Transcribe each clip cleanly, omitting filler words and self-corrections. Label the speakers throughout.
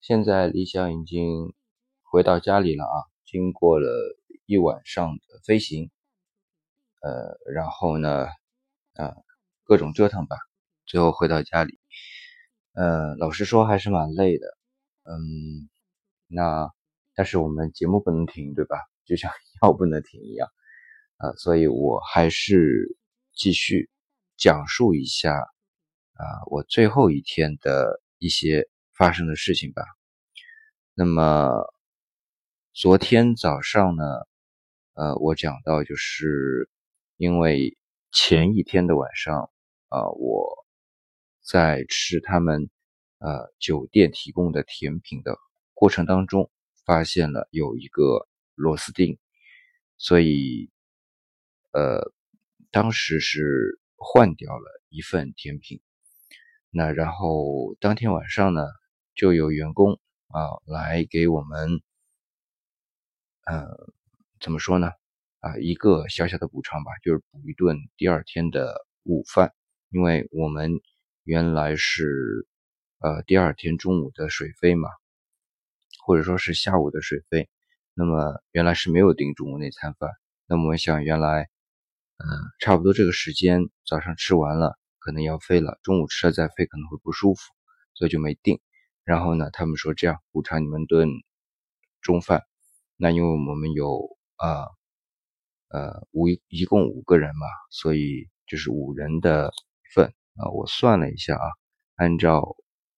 Speaker 1: 现在理想已经回到家里了啊，经过了一晚上的飞行，然后呢，各种折腾吧，最后回到家里，老实说还是蛮累的，嗯，那但是我们节目不能停，对吧？就像药不能停一样，所以我还是继续讲述一下我最后一天的一些发生的事情吧。那么昨天早上呢，我讲到就是因为前一天的晚上，我在吃他们酒店提供的甜品的过程当中，发现了有一个螺丝钉，所以当时是换掉了一份甜品。那然后当天晚上呢，就有员工来给我们怎么说呢？一个小小的补偿吧，就是补一顿第二天的午饭，因为我们原来是第二天中午的水飞嘛，或者说是下午的水飞，那么原来是没有订中午那餐饭，那么我想原来差不多这个时间早上吃完了，可能要飞了，中午吃了再飞可能会不舒服，所以就没订。然后呢，他们说这样补偿你们顿中饭。那因为我们有一共5个人嘛，所以就是5人的份我算了一下按照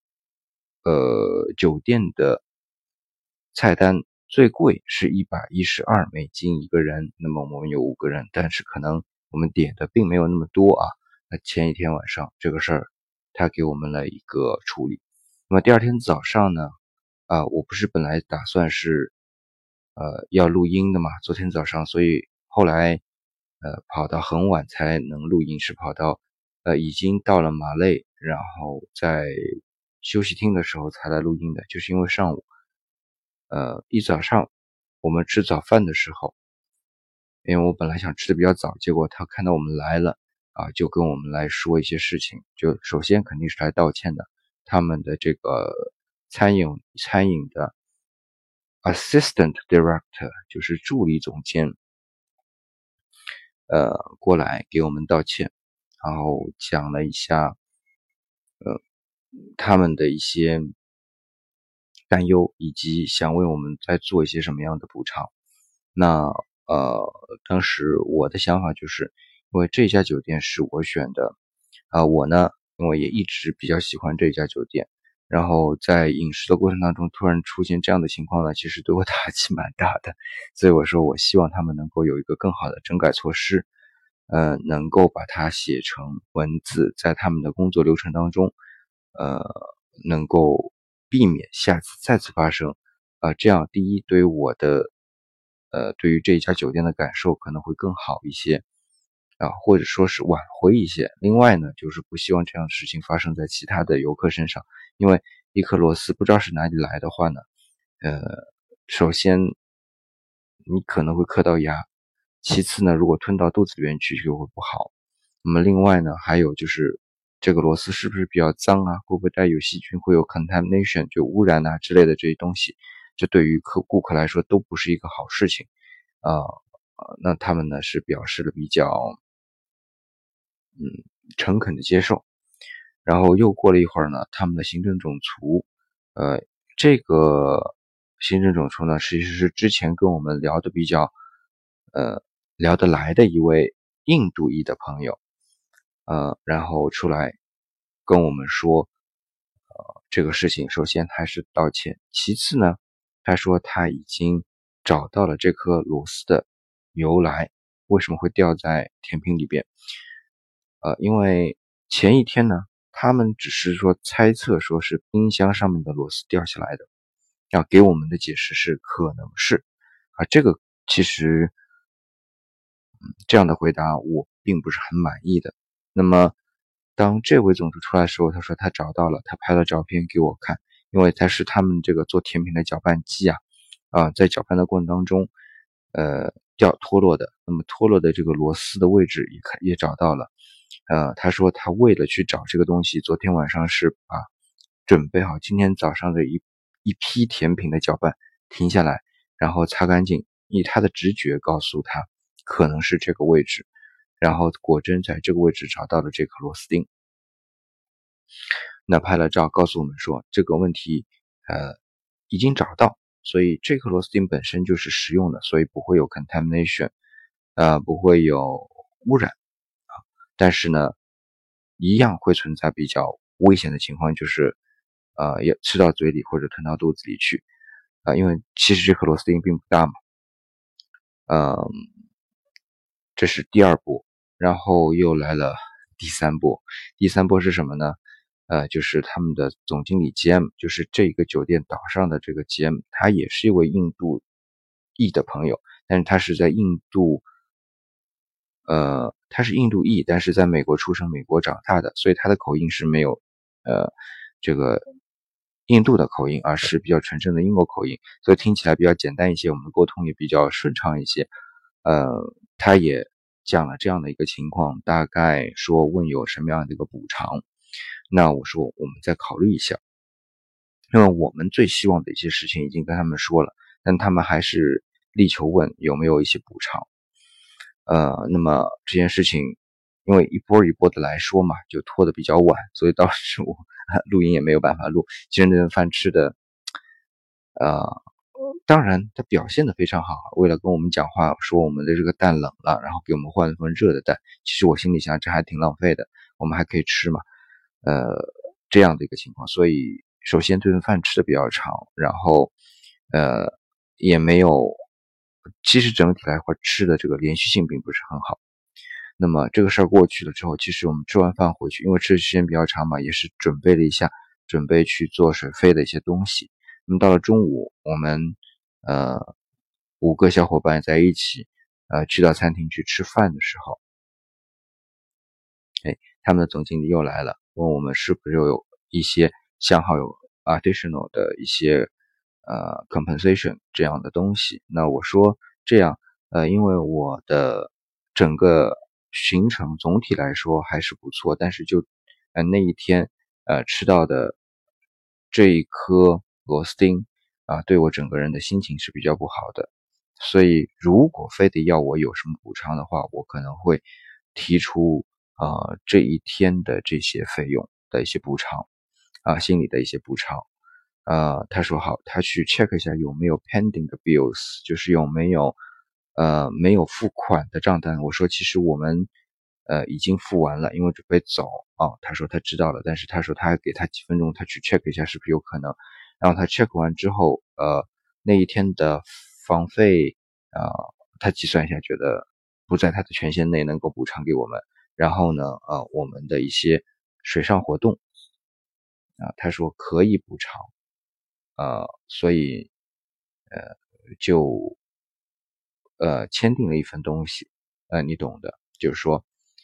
Speaker 1: 酒店的菜单最贵是$112一个人，那么我们有5个人，但是可能我们点的并没有那么多啊。那前一天晚上这个事儿，他给我们了一个处理。那么第二天早上呢，我不是本来打算是要录音的嘛，昨天早上，所以后来跑到很晚才能录音，是跑到已经到了马累，然后在休息厅的时候才来录音的，就是因为上午一早上我们吃早饭的时候，因为我本来想吃的比较早，结果他看到我们来了就跟我们来说一些事情，就首先肯定是来道歉的，他们的这个餐饮的 assistant director 就是助理总监，过来给我们道歉，然后讲了一下他们的一些担忧，以及想为我们再做一些什么样的补偿。那当时我的想法就是，因为这家酒店是我选的，我呢，因为也一直比较喜欢这家酒店，然后在饮食的过程当中突然出现这样的情况呢，其实对我打击蛮大的，所以我说我希望他们能够有一个更好的整改措施，能够把它写成文字，在他们的工作流程当中，呃，能够避免下次再次发生。这样第一，对于我的对于这一家酒店的感受可能会更好一些或者说是挽回一些。另外呢，就是不希望这样的事情发生在其他的游客身上，因为一颗螺丝不知道是哪里来的话呢，呃，首先你可能会磕到牙，其次呢，如果吞到肚子里面去就会不好。那么另外呢，还有就是这个螺丝是不是比较脏会不会带有细菌，会有 contamination 就污染之类的这些东西，这对于顾客来说都不是一个好事情那他们呢是表示了比较诚恳的接受。然后又过了一会儿呢，他们的行政总厨，这个行政总厨呢，其实是之前跟我们聊的比较聊得来的一位印度裔的朋友，然后出来跟我们说，这个事情首先还是道歉，其次呢，他说他已经找到了这颗螺丝的由来，为什么会掉在甜品里边？因为前一天呢，他们只是说猜测说是冰箱上面的螺丝掉下来的，给我们的解释是可能是这个其实这样的回答我并不是很满意的。那么当这位总厨出来的时候，他说他找到了，他拍了照片给我看，因为他是他们这个做甜品的搅拌机在搅拌的过程当中脱落的，那么脱落的这个螺丝的位置也找到了。他说他为了去找这个东西，昨天晚上是准备好今天早上的一批甜品的搅拌停下来，然后擦干净，以他的直觉告诉他可能是这个位置，然后果真在这个位置找到了这颗螺丝钉。那拍了照告诉我们说这个问题已经找到，所以这颗螺丝钉本身就是实用的，所以不会有 contamination， 不会有污染但是呢一样会存在比较危险的情况，就是也吃到嘴里或者吞到肚子里去因为其实这颗螺丝钉并不大嘛。这是第二步，然后又来了第三步。第三步是什么呢？就是他们的总经理 GM， 就是这个酒店岛上的这个 GM， 他也是一位印度裔的朋友，但是他是在印度，他是印度裔，但是在美国出生、美国长大的，所以他的口音是没有这个印度的口音，而是比较纯正的英国口音，所以听起来比较简单一些，我们的沟通也比较顺畅一些。他也讲了这样的一个情况，大概说问有什么样的一个补偿。那我说我们再考虑一下，因为我们最希望的一些事情已经跟他们说了，但他们还是力求问有没有一些补偿。那么这件事情因为一波一波的来说嘛，就拖得比较晚，所以导致我录音也没有办法录。其实那顿饭吃的当然他表现得非常好，为了跟我们讲话说我们的这个蛋冷了，然后给我们换了份热的蛋。其实我心里想这还挺浪费的，我们还可以吃嘛。这样的一个情况，所以首先这顿饭吃的比较长，然后也没有，其实整体来说吃的这个连续性并不是很好。那么这个事儿过去了之后，其实我们吃完饭回去，因为吃的时间比较长嘛，也是准备了一下，准备去做水费的一些东西。那么到了中午，我们5个小伙伴在一起去到餐厅去吃饭的时候，他们的总经理又来了，问我们是不是有一些项号有 additional 的一些compensation 这样的东西。那我说这样因为我的整个行程总体来说还是不错，但是就那一天吃到的这一颗螺丝钉对我整个人的心情是比较不好的，所以如果非得要我有什么补偿的话，我可能会提出这一天的这些费用的一些补偿心理的一些补偿。他说好，他去 check 一下有没有 pending 的 bills， 就是有没有没有付款的账单。我说其实我们已经付完了，因为准备走他说他知道了，但是他说他还给他几分钟，他去 check 一下是不是有可能。然后他 check 完之后，那一天的房费他计算一下，觉得不在他的权限内能够补偿给我们。然后呢，我们的一些水上活动他说可以补偿。所以就签订了一份东西，你懂的，就是说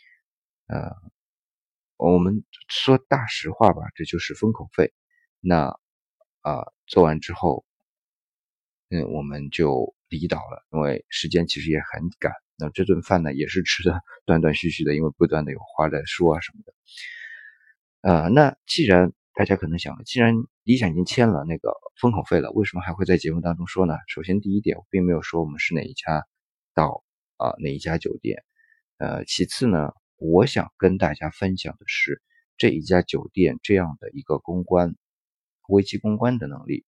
Speaker 1: 我们说大实话吧，这就是封口费。那做完之后我们就离岛了，因为时间其实也很赶。那这顿饭呢也是吃的断断续续的，因为不断的有话在说什么的。那既然大家可能想了，既然理想已经签了那个封口费了，为什么还会在节目当中说呢？首先第一点，我并没有说我们是哪一家岛哪一家酒店。其次呢，我想跟大家分享的是这一家酒店这样的一个危机公关的能力。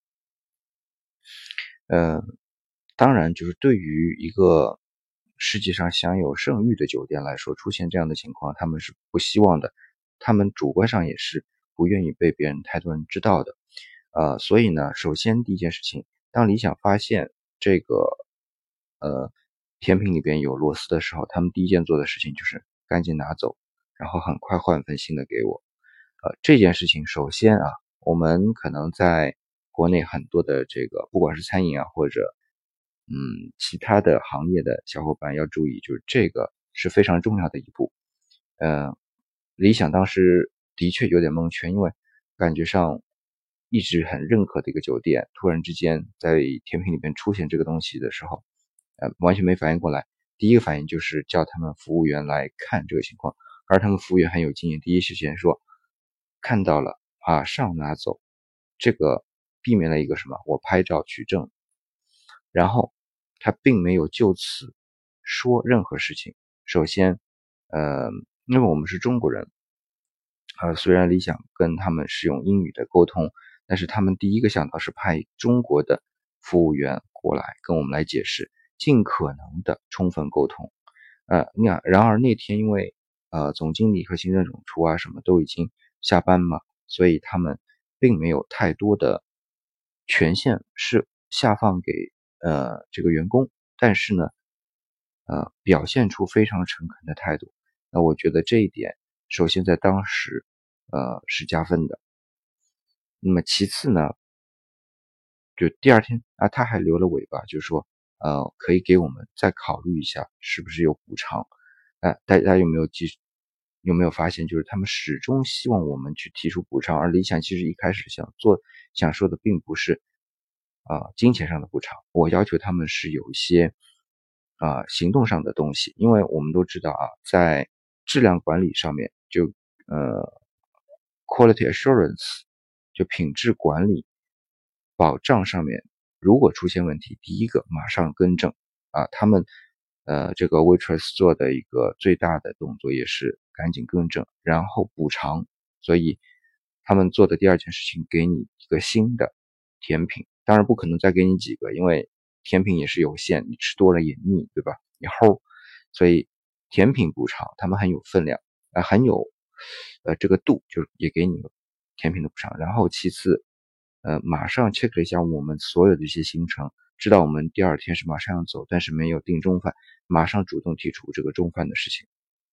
Speaker 1: 当然就是对于一个世界上享有盛誉的酒店来说，出现这样的情况他们是不希望的，他们主观上也是不愿意被别人太多人知道的。所以呢，首先第一件事情，当理想发现这个甜品里边有螺丝的时候，他们第一件做的事情就是赶紧拿走，然后很快换份新的给我。这件事情首先我们可能在国内很多的这个不管是餐饮或者其他的行业的小伙伴要注意，就是这个是非常重要的一步。理想当时的确有点蒙圈，因为感觉上一直很认可的一个酒店，突然之间在甜品里面出现这个东西的时候，完全没反应过来。第一个反应就是叫他们服务员来看这个情况，而他们服务员很有经验，第一时间说看到了马上拿走，这个避免了一个什么？我拍照取证，然后他并没有就此说任何事情。首先，因为我们是中国人，虽然理想跟他们是用英语的沟通，但是他们第一个想到是派中国的服务员过来跟我们来解释，尽可能的充分沟通。然而那天因为总经理和行政总厨啊什么都已经下班嘛，所以他们并没有太多的权限是下放给这个员工，但是呢，表现出非常诚恳的态度。那我觉得这一点，首先在当时，是加分的。那么其次呢，就第二天啊，他还留了尾巴，就是说，可以给我们再考虑一下，是不是有补偿。大家有没有发现，就是他们始终希望我们去提出补偿，而理想其实一开始想说的并不是金钱上的补偿，我要求他们是有一些行动上的东西，因为我们都知道在质量管理上面，就quality assurance 就品质管理保障上面，如果出现问题，第一个马上更正他们这个 waitress 做的一个最大的动作也是赶紧更正，然后补偿。所以他们做的第二件事情，给你一个新的甜品，当然不可能再给你几个，因为甜品也是有限，你吃多了也腻，对吧？你齁。所以甜品补偿，他们很有分量，很有这个度，就也给你甜品的补偿。然后其次，马上 check 了一下我们所有的一些行程，知道我们第二天是马上要走，但是没有订中饭，马上主动提出这个中饭的事情。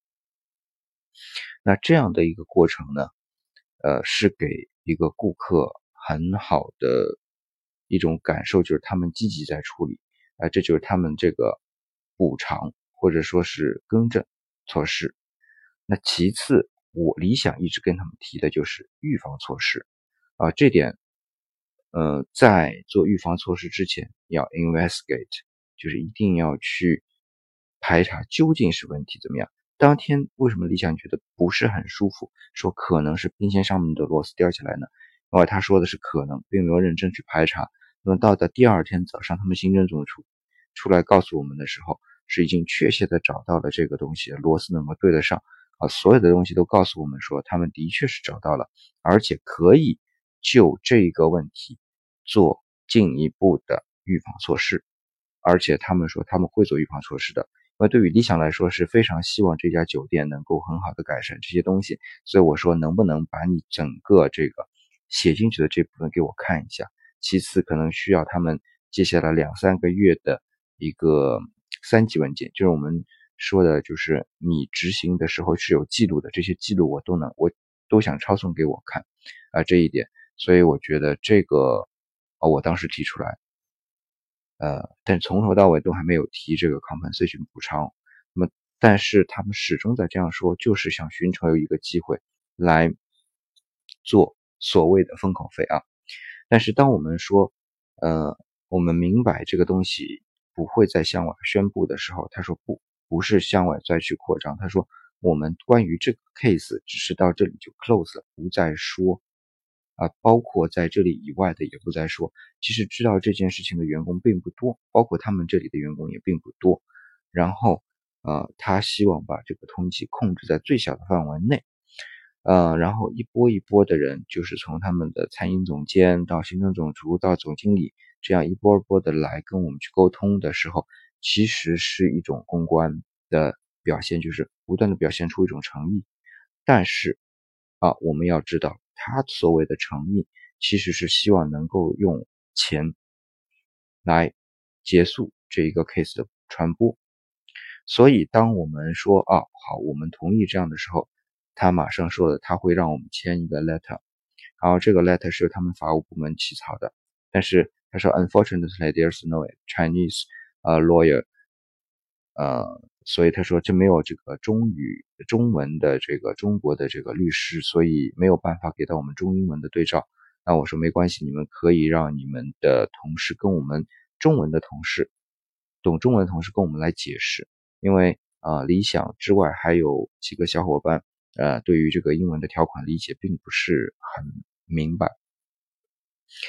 Speaker 1: 那这样的一个过程呢，是给一个顾客很好的一种感受，就是他们积极在处理，这就是他们这个补偿或者说是更正措施。那其次，我理想一直跟他们提的就是预防措施这点，在做预防措施之前要 investigate， 就是一定要去排查究竟是问题怎么样。当天为什么理想觉得不是很舒服，说可能是冰箱上面的螺丝掉下来呢？因为他说的是可能，并没有认真去排查。那么到了第二天早上，他们行政总处出来告诉我们的时候，是已经确切的找到了这个东西，螺丝能够对得上所有的东西都告诉我们说，他们的确是找到了，而且可以就这个问题做进一步的预防措施。而且他们说他们会做预防措施的。因为对于理想来说是非常希望这家酒店能够很好的改善这些东西，所以我说能不能把你整个这个写进去的这部分给我看一下。其次可能需要他们接下来2-3个月的一个3级文件，就是我们说的就是你执行的时候是有记录的，这些记录我都想抄送给我看这一点。所以我觉得这个我当时提出来但从头到尾都还没有提这个 compensation 补偿。那么，但是他们始终在这样说，就是想寻求一个机会来做所谓的封口费但是当我们说，我们明白这个东西不会再向外宣布的时候，他说不是向外再去扩张。他说我们关于这个 case 只是到这里就 close 了，不再说。包括在这里以外的也不再说。其实知道这件事情的员工并不多，包括他们这里的员工也并不多。然后，他希望把这个通缉控制在最小的范围内。然后一波一波的人，就是从他们的餐饮总监到行政总厨到总经理，这样一波一波的来跟我们去沟通的时候，其实是一种公关的表现，就是不断的表现出一种诚意。但是我们要知道，他所谓的诚意，其实是希望能够用钱来结束这一个 case 的传播。所以当我们说好，我们同意这样的时候，他马上说了，他会让我们签一个 letter， 然后这个 letter 是由他们法务部门起草的。但是他说 unfortunately there's no Chinese lawyer，所以他说这没有这个中文的这个中国的这个律师，所以没有办法给到我们中英文的对照。那我说没关系，你们可以让你们的同事跟我们中文的同事，懂中文的同事跟我们来解释。因为理想之外还有几个小伙伴对于这个英文的条款理解并不是很明白。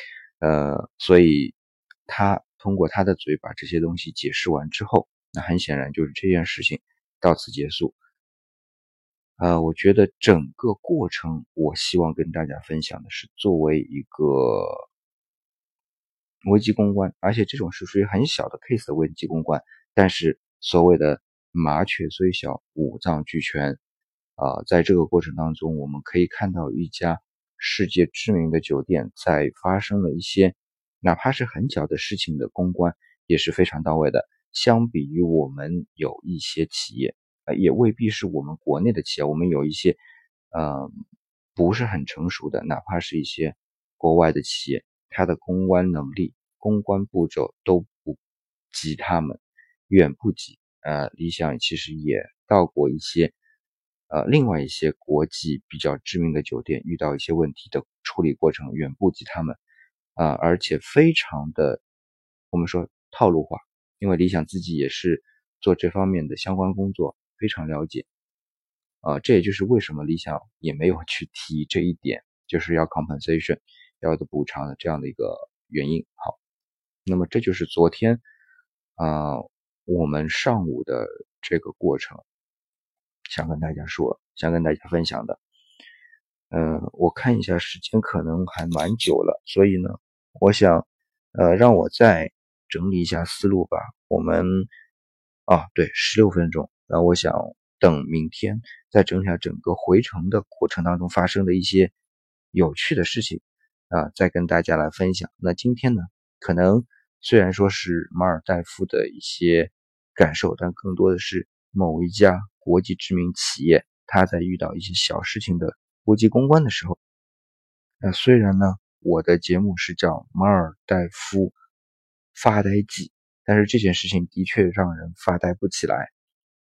Speaker 1: 所以他通过他的嘴把这些东西解释完之后，那很显然就是这件事情到此结束。我觉得整个过程，我希望跟大家分享的是，作为一个危机公关，而且这种是属于很小的 case 的危机公关，但是所谓的麻雀虽小，五脏俱全。在这个过程当中，我们可以看到一家世界知名的酒店在发生了一些哪怕是很小的事情的公关也是非常到位的。相比于我们有一些企业，也未必是我们国内的企业，我们有一些不是很成熟的，哪怕是一些国外的企业，它的公关能力、公关步骤都不及他们，远不及。理想其实也到过一些另外一些国际比较知名的酒店，遇到一些问题的处理过程远不及他们，而且非常的我们说套路化，因为理想自己也是做这方面的相关工作，非常了解。这也就是为什么理想也没有去提这一点，就是要 compensation 要的补偿的这样的一个原因。好，那么这就是昨天我们上午的这个过程，想跟大家分享的。我看一下时间可能还蛮久了，所以呢，我想让我再整理一下思路吧。我们对，16分钟。那我想等明天再整理下整个回程的过程当中发生的一些有趣的事情再跟大家来分享。那今天呢，可能虽然说是马尔代夫的一些感受，但更多的是某一家国际知名企业，他在遇到一些小事情的国际公关的时候。那虽然呢，我的节目是叫《马尔代夫发呆记》，但是这件事情的确让人发呆不起来。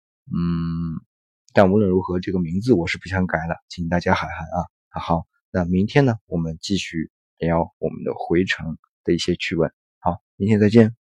Speaker 1: 但无论如何，这个名字我是不想改了，请大家海涵啊。好，那明天呢，我们继续聊我们的回程的一些趣闻。好，明天再见。